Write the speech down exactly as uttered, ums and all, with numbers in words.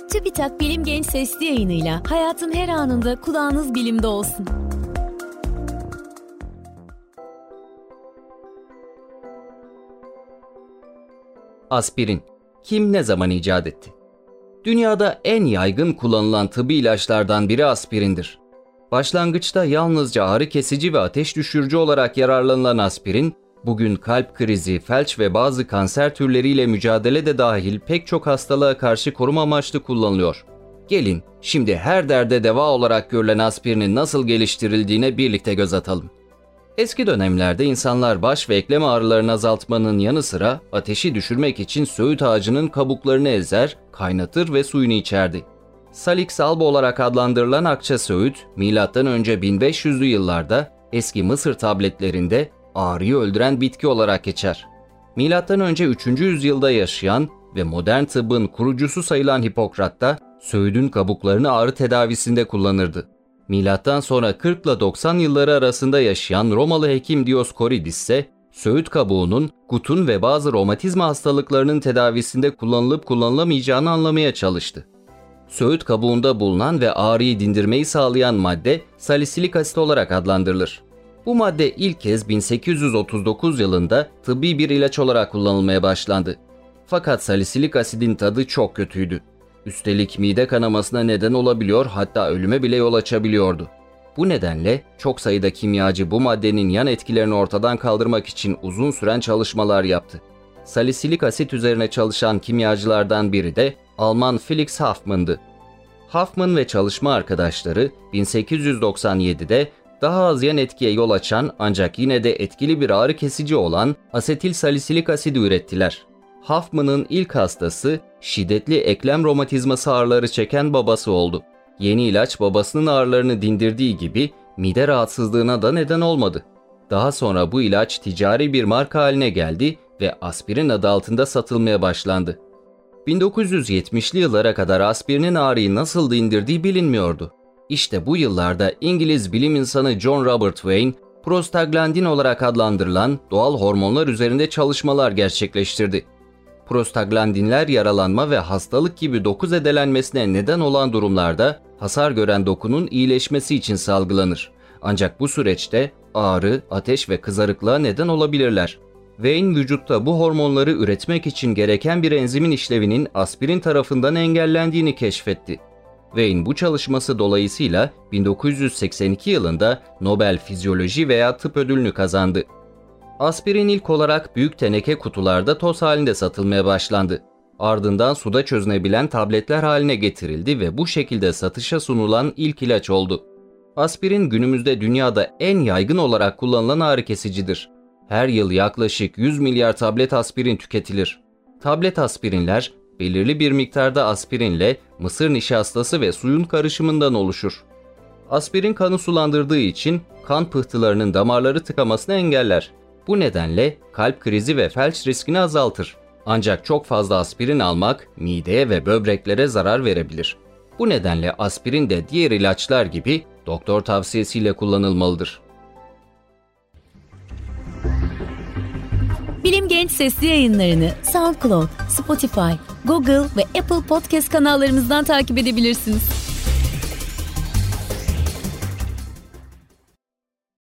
TÜBİTAK Bilim Genç Sesli Yayınıyla hayatın her anında kulağınız bilimde olsun. Aspirin. Kim ne zaman icat etti? Dünyada en yaygın kullanılan tıbbi ilaçlardan biri aspirindir. Başlangıçta yalnızca ağrı kesici ve ateş düşürücü olarak yararlanılan aspirin, bugün kalp krizi, felç ve bazı kanser türleriyle mücadele de dahil pek çok hastalığa karşı koruma amaçlı kullanılıyor. Gelin şimdi her derde deva olarak görülen aspirinin nasıl geliştirildiğine birlikte göz atalım. Eski dönemlerde insanlar baş ve eklem ağrılarını azaltmanın yanı sıra ateşi düşürmek için söğüt ağacının kabuklarını ezer, kaynatır ve suyunu içerdi. Salix alba olarak adlandırılan akça söğüt, milattan önce bin beş yüzlü yıllarda eski Mısır tabletlerinde ağrıyı öldüren bitki olarak geçer. Milattan önce üçüncü yüzyılda yaşayan ve modern tıbbın kurucusu sayılan Hipokrat da söğüdün kabuklarını ağrı tedavisinde kullanırdı. Milattan sonra kırk ile doksan yılları arasında yaşayan Romalı hekim Dioscoridis ise söğüt kabuğunun gutun ve bazı romatizma hastalıklarının tedavisinde kullanılıp kullanılamayacağını anlamaya çalıştı. Söğüt kabuğunda bulunan ve ağrıyı dindirmeyi sağlayan madde salisilik asit olarak adlandırılır. Bu madde ilk kez bin sekiz yüz otuz dokuz yılında tıbbi bir ilaç olarak kullanılmaya başlandı. Fakat salisilik asidin tadı çok kötüydü. Üstelik mide kanamasına neden olabiliyor, hatta ölüme bile yol açabiliyordu. Bu nedenle çok sayıda kimyacı bu maddenin yan etkilerini ortadan kaldırmak için uzun süren çalışmalar yaptı. Salisilik asit üzerine çalışan kimyacılardan biri de Alman Felix Hoffmann'dı. Hoffmann ve çalışma arkadaşları bin sekiz yüz doksan yedide daha az yan etkiye yol açan ancak yine de etkili bir ağrı kesici olan asetil salisilik asidi ürettiler. Hoffmann'ın ilk hastası şiddetli eklem romatizması ağrıları çeken babası oldu. Yeni ilaç babasının ağrılarını dindirdiği gibi mide rahatsızlığına da neden olmadı. Daha sonra bu ilaç ticari bir marka haline geldi ve aspirin adı altında satılmaya başlandı. bin dokuz yüz yetmişli yıllara kadar aspirinin ağrıyı nasıl dindirdiği bilinmiyordu. İşte bu yıllarda İngiliz bilim insanı John Robert Wayne, prostaglandin olarak adlandırılan doğal hormonlar üzerinde çalışmalar gerçekleştirdi. Prostaglandinler yaralanma ve hastalık gibi doku zedelenmesine neden olan durumlarda hasar gören dokunun iyileşmesi için salgılanır. Ancak bu süreçte ağrı, ateş ve kızarıklığa neden olabilirler. Wayne vücutta bu hormonları üretmek için gereken bir enzimin işlevinin aspirin tarafından engellendiğini keşfetti. Wayne bu çalışması dolayısıyla bin dokuz yüz seksen iki yılında Nobel Fizyoloji veya Tıp ödülünü kazandı. Aspirin ilk olarak büyük teneke kutularda toz halinde satılmaya başlandı. Ardından suda çözünebilen tabletler haline getirildi ve bu şekilde satışa sunulan ilk ilaç oldu. Aspirin günümüzde dünyada en yaygın olarak kullanılan ağrı kesicidir. Her yıl yaklaşık yüz milyar tablet aspirin tüketilir. Tablet aspirinler belirli bir miktarda aspirinle mısır nişastası ve suyun karışımından oluşur. Aspirin kanı sulandırdığı için kan pıhtılarının damarları tıkamasını engeller. Bu nedenle kalp krizi ve felç riskini azaltır. Ancak çok fazla aspirin almak mideye ve böbreklere zarar verebilir. Bu nedenle aspirin de diğer ilaçlar gibi doktor tavsiyesiyle kullanılmalıdır. Bilim Genç Sesli Yayınlarını SoundCloud, Spotify, Google ve Apple Podcast kanallarımızdan takip edebilirsiniz.